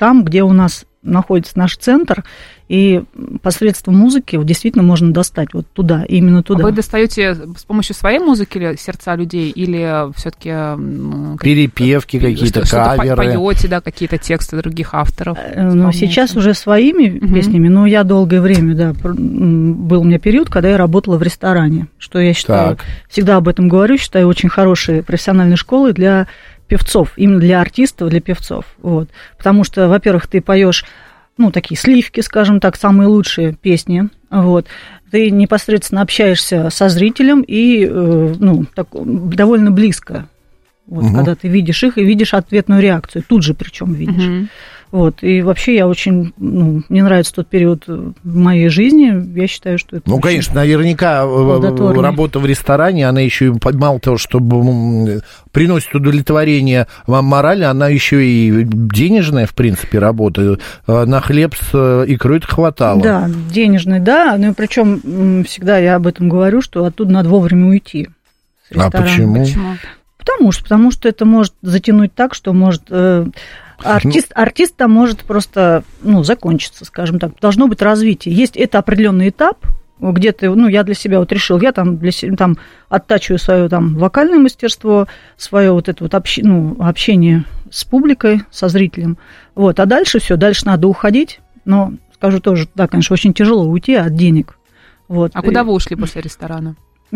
[SPEAKER 6] там, где у нас находится наш центр, и посредством музыки вот, действительно можно достать вот туда, именно туда.
[SPEAKER 3] А вы достаете с помощью своей музыки ли сердца людей, или все-таки
[SPEAKER 2] перепевки какие-то, каверы?
[SPEAKER 3] Поете, да, какие-то тексты других авторов?
[SPEAKER 6] Ну, сейчас уже своими угу. песнями, но я долгое время, да, был у меня период, когда я работала в ресторане, что я считаю, так. всегда об этом говорю, считаю очень хорошей профессиональной школой для певцов, именно для артистов, для певцов, вот, потому что, во-первых, ты поешь, ну, такие сливки, скажем так, самые лучшие песни, вот, ты непосредственно общаешься со зрителем и, ну, так, довольно близко, вот, угу. когда ты видишь их и видишь ответную реакцию, тут же причем видишь. Угу. Вот, и вообще я очень, ну, мне нравится тот период в моей жизни, я считаю, что это...
[SPEAKER 2] Ну, конечно, наверняка работа в ресторане, она еще и, мало того, что приносит удовлетворение вам морально, она еще и денежная, в принципе, работа. На хлеб с икрой-то хватало.
[SPEAKER 6] Да, денежная, да, ну, и причем всегда я об этом говорю, что оттуда надо вовремя уйти.
[SPEAKER 2] А почему?
[SPEAKER 6] Почему? Потому что, потому что это может затянуть так, что может... Артист, артист там может просто, ну, закончиться, скажем так. Должно быть развитие. Есть это определенный этап, где ты, ну, я для себя вот решил, я там, для себя, там оттачиваю свое там вокальное мастерство, свое вот это вот общ, ну, общение с публикой, со зрителем. Вот, а дальше все, дальше надо уходить. Но скажу тоже, да, конечно, очень тяжело уйти от денег. Вот.
[SPEAKER 3] А куда вы ушли после ресторана?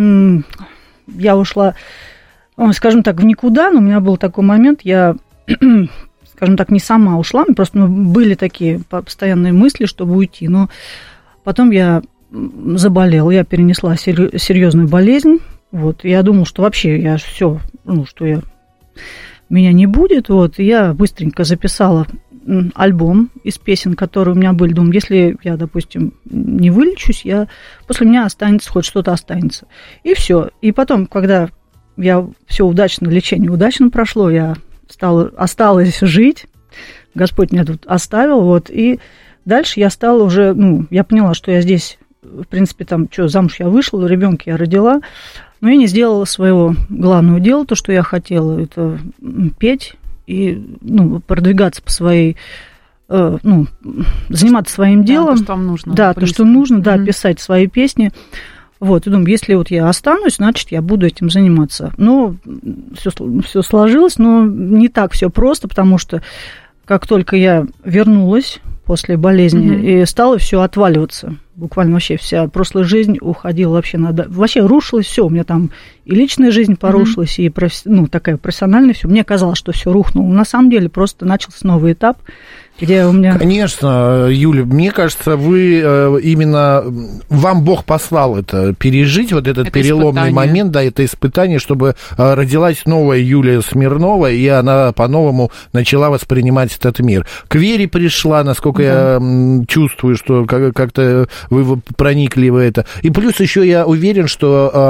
[SPEAKER 6] Я ушла, скажем так, в никуда, но у меня был такой момент, я... скажем так, не сама ушла, просто ну, были такие постоянные мысли, чтобы уйти, но потом я заболела, я перенесла серьезную болезнь, вот, и я думала, что вообще я все, ну, что я, меня не будет, вот, и я быстренько записала альбом из песен, которые у меня были, думаю, если я, допустим, не вылечусь, я, после меня останется, хоть что-то останется, и все, и потом, когда я все удачно, лечение удачно прошло, я Стала, осталось жить, Господь меня тут оставил, вот, и дальше я стала уже, ну, я поняла, что я здесь, в принципе, там, что, замуж я вышла, ребенка я родила, но я не сделала своего главного дела, то, что я хотела, это петь и, ну, продвигаться по своей, э, ну, заниматься своим делом.
[SPEAKER 3] Да, то, что вам нужно.
[SPEAKER 6] Да, то, что нужно, да, mm-hmm. писать свои песни. Вот, и думаю, если вот я останусь, значит, я буду этим заниматься. Но все, все сложилось, но не так все просто, потому что как только я вернулась после болезни, mm-hmm. и стало все отваливаться. Буквально вообще вся прошлая жизнь уходила вообще на... Вообще рушилось все. У меня там и личная жизнь порушилась, mm-hmm. и профи... ну, такая профессиональная все. Мне казалось, что все рухнуло. На самом деле просто начался новый этап, где у меня...
[SPEAKER 2] Конечно, Юля, мне кажется, вы именно... Вам Бог послал это, пережить вот этот это переломный испытание. момент, да, это испытание, чтобы родилась новая Юлия Смирнова, и она по-новому начала воспринимать этот мир. К вере пришла, насколько да. я чувствую, что как-то вы проникли в это. И плюс еще я уверен, что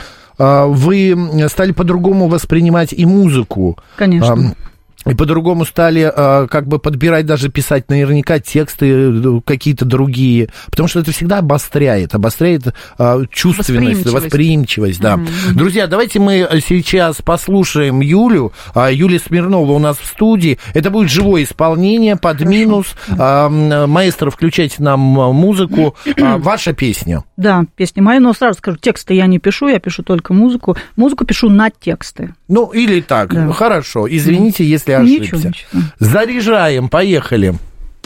[SPEAKER 2] вы стали по-другому воспринимать и музыку.
[SPEAKER 6] Конечно.
[SPEAKER 2] И по-другому стали а, как бы подбирать, даже писать наверняка тексты какие-то другие, потому что это всегда обостряет, обостряет а, чувственность, восприимчивость, восприимчивость, да. Mm-hmm. Друзья, давайте мы сейчас послушаем Юлю. А, Юлия Смирнова у нас в студии. Это будет живое исполнение под Хорошо. минус. А, маэстро, включайте нам музыку. А, ваша песня.
[SPEAKER 6] Да, песня моя, но сразу скажу, тексты я не пишу, я пишу только музыку. Музыку пишу на тексты.
[SPEAKER 2] Ну, или так, да. Хорошо. Извините, mm-hmm. если ошибся.
[SPEAKER 6] Ничего, ничего.
[SPEAKER 2] Заряжаем, поехали.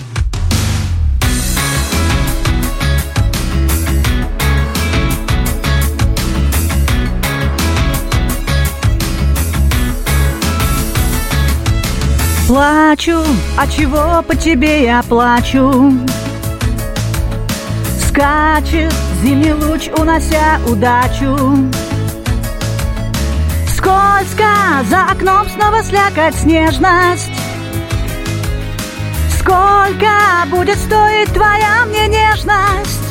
[SPEAKER 6] Плачу, а чего по тебе я плачу? Скачет зимний луч, унося удачу. Скользко, за окном снова слякоть, снежность. Сколько будет стоить твоя мне нежность?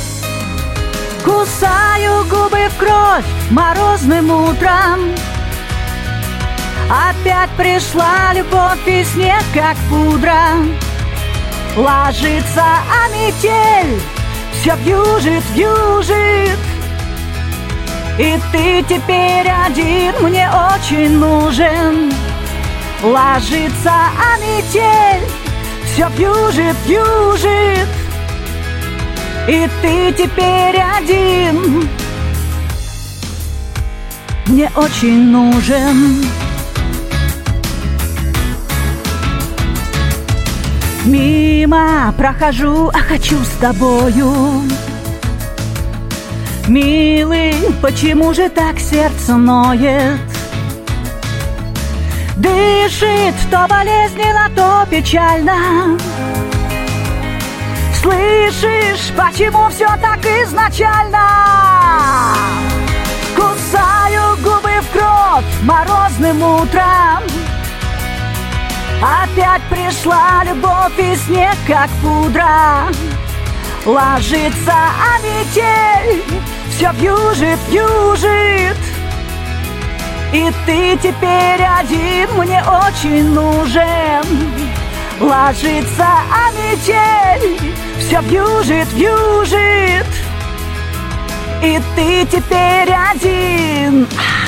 [SPEAKER 6] Кусаю губы в кровь морозным утром. Опять пришла любовь и снег, как пудра. Ложится, а метель все вьюжит, вьюжит. И ты теперь один мне очень нужен. Ложится, а метель
[SPEAKER 7] все вьюжит, вьюжит, и ты теперь один. Мне очень нужен. Мимо прохожу, а хочу с тобою. Милый, почему же так сердце ноет? Дышит то болезненно, то печально. Слышишь, почему все так изначально? Кусаю губы в кровь морозным утром. Опять пришла любовь и снег, как пудра. Ложится, а метель все вьюжит, вьюжит, и ты теперь один мне очень нужен. Ложится, а метель все вьюжит, вьюжит, и ты теперь один.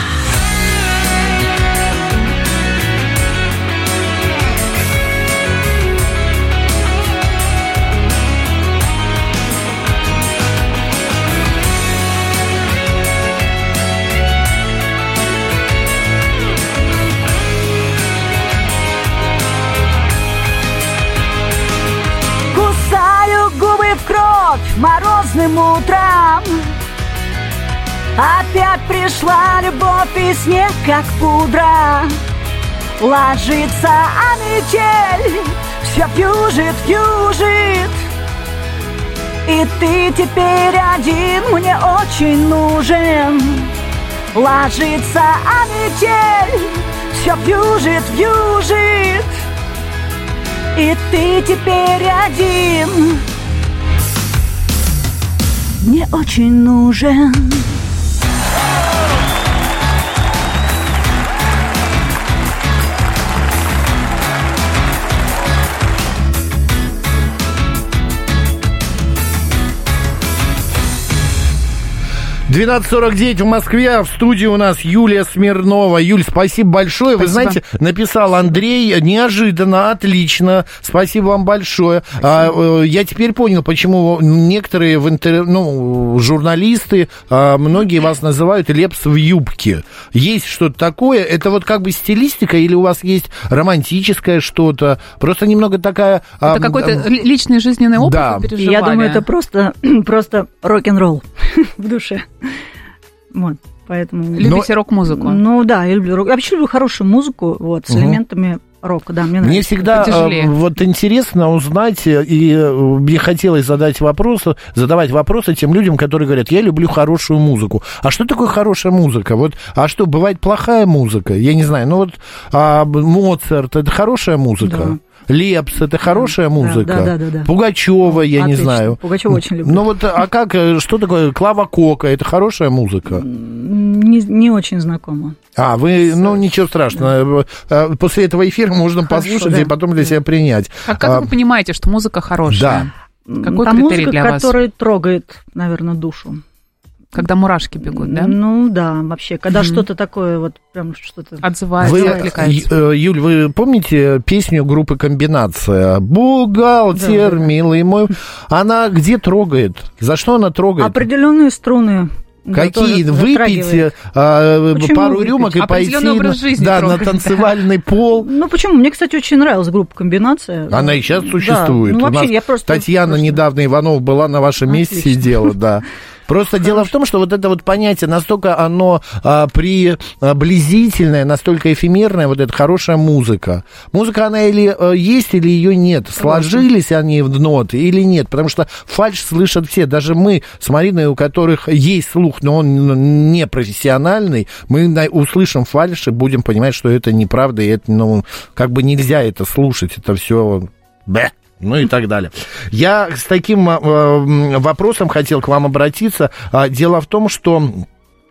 [SPEAKER 7] В кровь морозным утром. Опять пришла любовь и снег, как пудра. Ложится, а метель все вьюжит, вьюжит, и ты теперь один мне очень нужен. Ложится, а метель все вьюжит, вьюжит, и ты теперь один мне очень нужен.
[SPEAKER 2] двенадцать сорок девять в Москве, а в студии у нас Юлия Смирнова. Юль, спасибо большое. Спасибо. Вы знаете, написал Андрей, неожиданно, отлично. Спасибо вам большое. А, я теперь понял, почему некоторые в интер... ну, журналисты, а, многие вас называют Лепс в юбке. Есть что-то такое? Это вот как бы стилистика или у вас есть романтическое что-то? Просто немного такая...
[SPEAKER 3] Это а, какой-то а, личный жизненный опыт,
[SPEAKER 2] да.
[SPEAKER 3] вы переживали?
[SPEAKER 6] Я думаю, это просто, просто рок-н-ролл в душе. Вот, поэтому...
[SPEAKER 3] Любите Но... рок-музыку?
[SPEAKER 6] Ну да, я люблю рок. Я вообще люблю хорошую музыку, вот, с угу. элементами рока, да, мне нравится.
[SPEAKER 2] Мне всегда Потяжелее. вот интересно узнать, и мне хотелось задать вопросы, задавать вопросы тем людям, которые говорят, я люблю хорошую музыку. А что такое хорошая музыка? Вот, а что, бывает плохая музыка? Я не знаю, ну вот а, Моцарт, это хорошая музыка? Да. Лепс, это хорошая да, музыка. Да, да, да, да. Пугачева, я Отлично. не знаю.
[SPEAKER 6] Пугачева очень люблю.
[SPEAKER 2] Ну вот, а как, что такое Клава Кока? Это хорошая музыка?
[SPEAKER 6] Не, не очень знакома.
[SPEAKER 2] А, вы, ну ничего страшного. Да. После этого эфира можно Хорошо, послушать да. и потом для себя принять.
[SPEAKER 3] А как а, вы понимаете, что музыка хорошая?
[SPEAKER 2] Да.
[SPEAKER 3] Какой
[SPEAKER 6] Та
[SPEAKER 3] критерий
[SPEAKER 6] музыка,
[SPEAKER 3] для вас?
[SPEAKER 6] которая трогает, наверное, душу.
[SPEAKER 3] Когда мурашки бегут, да?
[SPEAKER 6] Ну да, вообще, когда mm-hmm. что-то такое, вот прям что-то...
[SPEAKER 3] Отзывается,
[SPEAKER 2] вы,
[SPEAKER 3] откликается.
[SPEAKER 2] Юль, вы помните песню группы «Комбинация»? «Бухгалтер, да, да. милый мой». Она где трогает? За что она трогает?
[SPEAKER 6] Определенные струны.
[SPEAKER 2] Какие? Выпить а, пару выпить? рюмок и пойти на, да, на танцевальный да. пол.
[SPEAKER 6] Ну почему? Мне, кстати, очень нравилась группа «Комбинация».
[SPEAKER 2] Она и сейчас существует.
[SPEAKER 6] Да. Ну,
[SPEAKER 2] У
[SPEAKER 6] вообще,
[SPEAKER 2] нас
[SPEAKER 6] я просто,
[SPEAKER 2] Татьяна просто... недавно Иванова была на вашем Отлично. месте, сидела, да. Просто Хорошо. дело в том, что вот это вот понятие, настолько оно а, приблизительное, настолько эфемерное, вот эта хорошая музыка. Музыка, она или а, есть, или ее нет. Сложились Хорошо. они в ноты или нет. Потому что фальшь слышат все. Даже мы с Мариной, у которых есть слух, но он не профессиональный, мы услышим фальшь и будем понимать, что это неправда, и это, ну, как бы нельзя это слушать. Это все... Бэ. Ну и так далее. Я с таким э, вопросом хотел к вам обратиться. Дело в том, что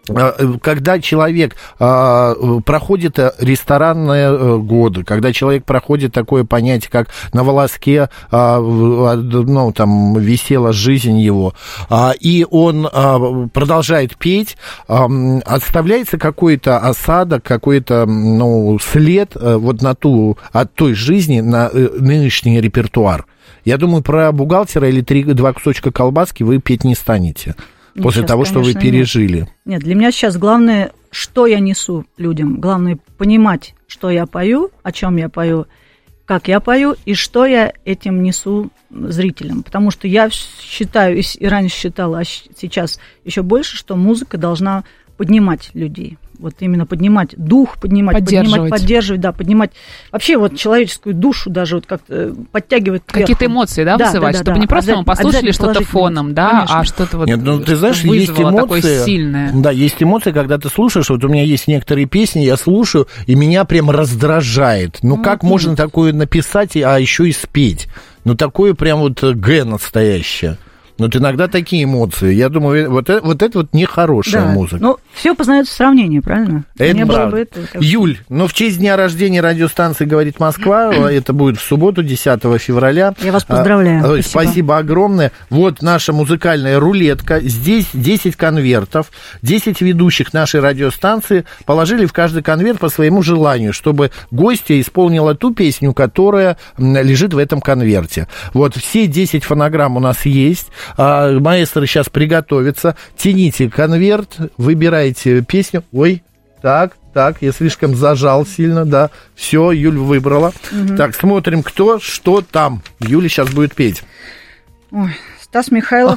[SPEAKER 2] когда человек а, проходит ресторанные годы, когда человек проходит такое понятие, как на волоске а, ну, там, висела жизнь его, а, и он а, продолжает петь, а, оставляется какой-то осадок, какой-то ну, след а, вот на ту, от той жизни на а, нынешний репертуар. Я думаю, про бухгалтера или три, два кусочка колбаски вы петь не станете. После сейчас, того, что вы пережили.
[SPEAKER 6] Нет. нет, для меня сейчас главное, что я несу людям. Главное понимать, что я пою, о чем я пою, как я пою и что я этим несу зрителям. Потому что я считаю, и раньше считала, а сейчас еще больше, что музыка должна поднимать людей. Вот именно поднимать дух, поднимать, поддерживать, поддерживать, да, поднимать вообще вот человеческую душу даже вот как-то подтягивать кверху.
[SPEAKER 3] Какие-то эмоции, да, вызывать, да, да, чтобы да, не просто мы послушали что-то фоном, да, конечно. А что-то вот.
[SPEAKER 2] Нет, ну ты знаешь, есть эмоции, сильное. Да, есть эмоции, когда ты слушаешь. Вот у меня есть некоторые песни, я слушаю, и меня прям раздражает. Ну mm-hmm. как можно такое написать, а еще и спеть? Ну такое прям вот Г настоящее. Вот иногда такие эмоции. Я думаю, вот это вот, это вот нехорошая да. музыка.
[SPEAKER 6] Ну, все познается в сравнении, правильно?
[SPEAKER 2] Это не правда. Было бы этого, как... Юль, ну, в честь дня рождения радиостанции «Говорит Москва», это будет в субботу, десятого февраля.
[SPEAKER 6] Я вас поздравляю.
[SPEAKER 2] Спасибо. Спасибо огромное. Вот наша музыкальная рулетка. Здесь десять конвертов. десять ведущих нашей радиостанции положили в каждый конверт по своему желанию, чтобы гостья исполнила ту песню, которая лежит в этом конверте. Вот все десять фонограмм у нас есть. А, маэстро сейчас приготовится. Тяните конверт, выбирайте песню. Ой, так, так, я слишком зажал сильно, да. Все, Юль выбрала. Угу. Так, смотрим, кто, что там. Юля сейчас будет петь.
[SPEAKER 6] Ой, Стас Михайлов.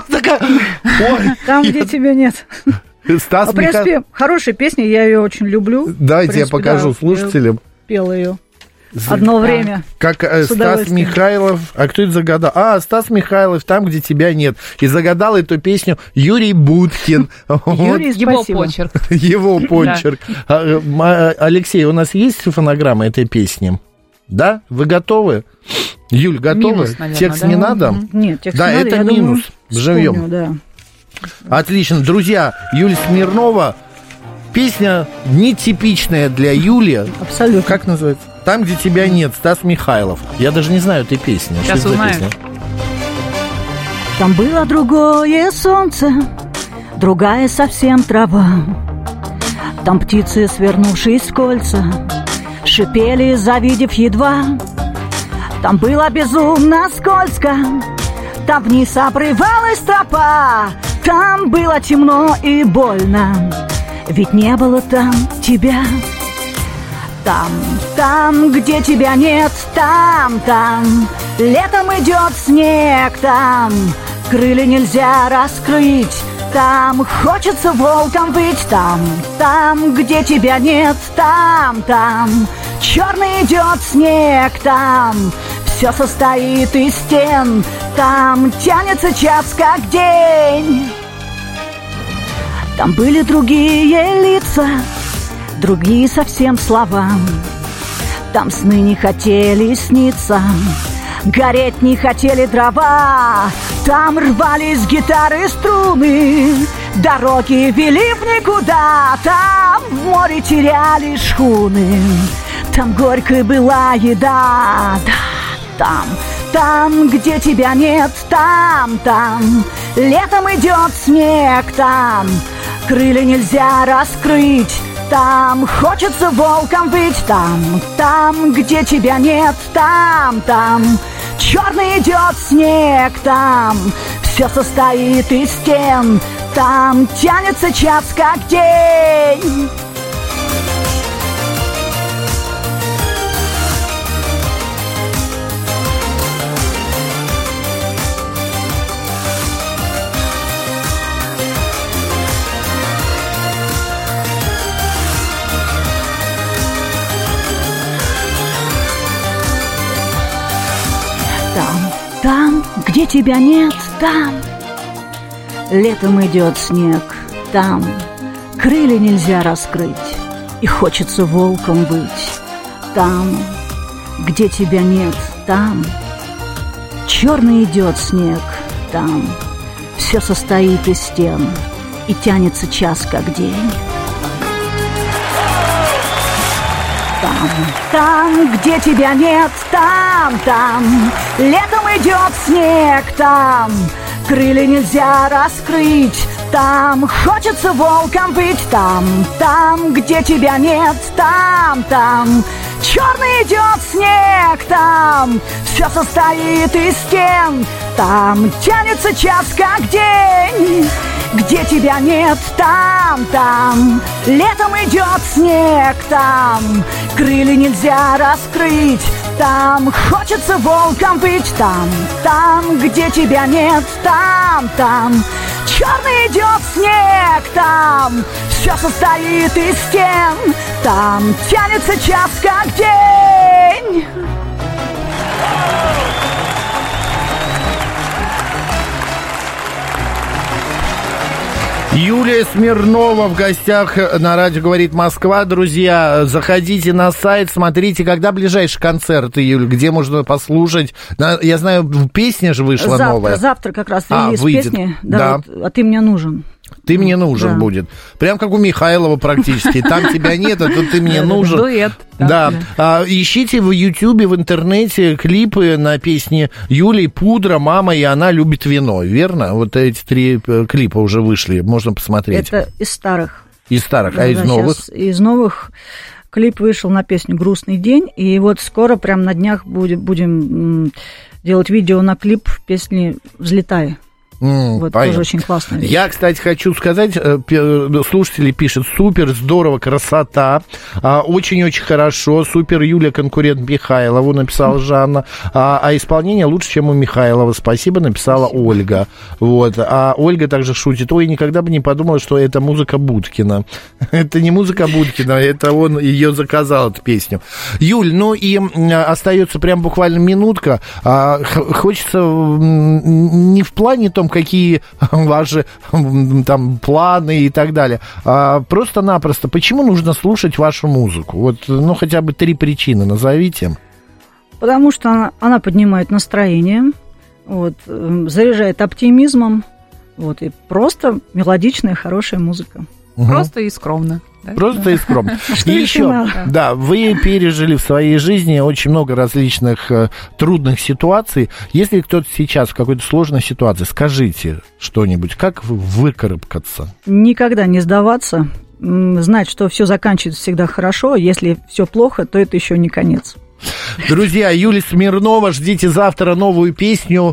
[SPEAKER 6] Там, где тебя нет.
[SPEAKER 2] Стас Михайлов. В
[SPEAKER 6] принципе, хорошая песня, я ее очень люблю.
[SPEAKER 2] Давайте я покажу слушателям.
[SPEAKER 6] Пела ее. Одно время.
[SPEAKER 2] Как э, Стас Михайлов. А кто это загадал? А, Стас Михайлов, там, где тебя нет. И загадал эту песню Юрий Будкин.
[SPEAKER 3] Юрий, его почерк.
[SPEAKER 2] Его почерк. Алексей, у нас есть фонограмма этой песни? Да? Вы готовы? Юль, готовы? Текст не надо?
[SPEAKER 6] Нет, текст
[SPEAKER 2] не надо. Да, это минус. Живем. Отлично. Друзья, Юлия Смирнова. Песня нетипичная для Юли.
[SPEAKER 6] Абсолютно.
[SPEAKER 2] Как называется? «Там, где тебя нет», Стас Михайлов. Я даже не знаю этой песни.
[SPEAKER 3] Сейчас узнаем.
[SPEAKER 7] Там было другое солнце, другая совсем трава. Там птицы, свернувшись в кольца, шипели, завидев едва. Там было безумно скользко, там вниз обрывалась тропа. Там было темно и больно, ведь не было там тебя. Там, там, где тебя нет, там, там, летом идет снег, там, крылья нельзя раскрыть, там, хочется волком быть, там, там, где тебя нет, там, там, черный идет снег, там, все состоит из стен, там, тянется час как день. Там были другие лица, другие совсем слова. Там сны не хотели сниться, гореть не хотели дрова. Там рвались гитары струны, дороги вели в никуда. Там в море теряли шхуны, там горькой была еда. Да, там, там, где тебя нет, там, там, летом идет снег, там, крылья нельзя раскрыть. Там хочется волком быть, там, там, где тебя нет, там, там, черный идет снег, там, все состоит из стен, там тянется час как день. Там, где тебя нет, там летом идет снег, там крылья нельзя раскрыть, и хочется волком быть. Там, где тебя нет, там черный идет снег, там все состоит из стен, и тянется час как день. Там, там, где тебя нет, там, там, летом идет снег, там, крылья нельзя раскрыть, там, хочется волком быть, там, там, где тебя нет, там, там, черный идет снег, там, все состоит из стен, там, тянется час как день. Где тебя нет, там, там, летом идет снег, там, крылья нельзя раскрыть, там, хочется волком быть, там, там, где тебя нет, там, там, черный идет снег, там, все состоит из стен, там, тянется час как день.
[SPEAKER 2] Юлия Смирнова в гостях на радио «Говорит Москва». Друзья, заходите на сайт, смотрите, когда ближайший концерт, Юль, где можно послушать. Я знаю, песня же вышла
[SPEAKER 6] завтра,
[SPEAKER 2] новая.
[SPEAKER 6] Завтра как раз
[SPEAKER 2] а,
[SPEAKER 6] релиз
[SPEAKER 2] выйдет.
[SPEAKER 6] песни. Да,
[SPEAKER 2] да.
[SPEAKER 6] Вот, а ты мне нужен.
[SPEAKER 2] Ты мне нужен
[SPEAKER 6] да.
[SPEAKER 2] будет. Прям как у Михайлова практически. Там тебя нет, а тут ты мне нужен.
[SPEAKER 3] Дуэт.
[SPEAKER 2] Да. А, ищите в Ютьюбе, в интернете клипы на песни Юлии «Пудра», «Мама» и «Она любит вино». Верно? Вот эти три клипа уже вышли. Можно посмотреть.
[SPEAKER 6] Это из старых.
[SPEAKER 2] Из старых,
[SPEAKER 6] да,
[SPEAKER 2] а из
[SPEAKER 6] да,
[SPEAKER 2] новых?
[SPEAKER 6] Из новых клип вышел на песню «Грустный день». И вот скоро, прям на днях, будем, будем делать видео на клип песни «Взлетай».
[SPEAKER 2] Mm,
[SPEAKER 6] вот
[SPEAKER 2] понятно.
[SPEAKER 6] тоже очень классно.
[SPEAKER 2] Я, кстати, хочу сказать, слушатели пишут: супер, здорово, красота, очень-очень хорошо, супер, Юля конкурент Михайлову, написала Жанна, а, а исполнение лучше, чем у Михайлова, спасибо, написала спасибо. Ольга. Вот. А Ольга также шутит: ой, никогда бы не подумала, что это музыка Будкина. Это не музыка Будкина, это он ее заказал, эту песню. Юль, ну и остается прям буквально минутка. Хочется не в плане том, какие ваши там планы и так далее. А просто-напросто, почему нужно слушать вашу музыку? Вот, ну, хотя бы три причины назовите.
[SPEAKER 6] Потому что она, она поднимает настроение, вот, заряжает оптимизмом, вот, и просто мелодичная, хорошая музыка.
[SPEAKER 2] Угу.
[SPEAKER 3] Просто и скромно. Да?
[SPEAKER 2] Просто и скромно. И еще, да, вы пережили в своей жизни очень много различных э, трудных ситуаций. Если кто-то сейчас в какой-то сложной ситуации, скажите что-нибудь, как выкарабкаться?
[SPEAKER 6] Никогда не сдаваться, знать, что все заканчивается всегда хорошо. Если все плохо, то это еще не конец.
[SPEAKER 2] Друзья, Юлия Смирнова, ждите завтра новую песню.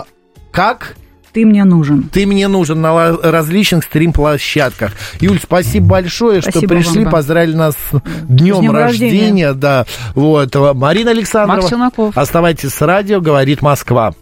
[SPEAKER 2] Как?
[SPEAKER 6] Ты мне нужен.
[SPEAKER 2] Ты мне нужен на различных стрим-площадках. Юль, спасибо большое, спасибо что пришли, вам, поздравили нас с днем, с днем рождения. рождения. Да. Вот. Марина Александрова.
[SPEAKER 3] Макс Челноков.
[SPEAKER 2] Оставайтесь с радио, говорит Москва.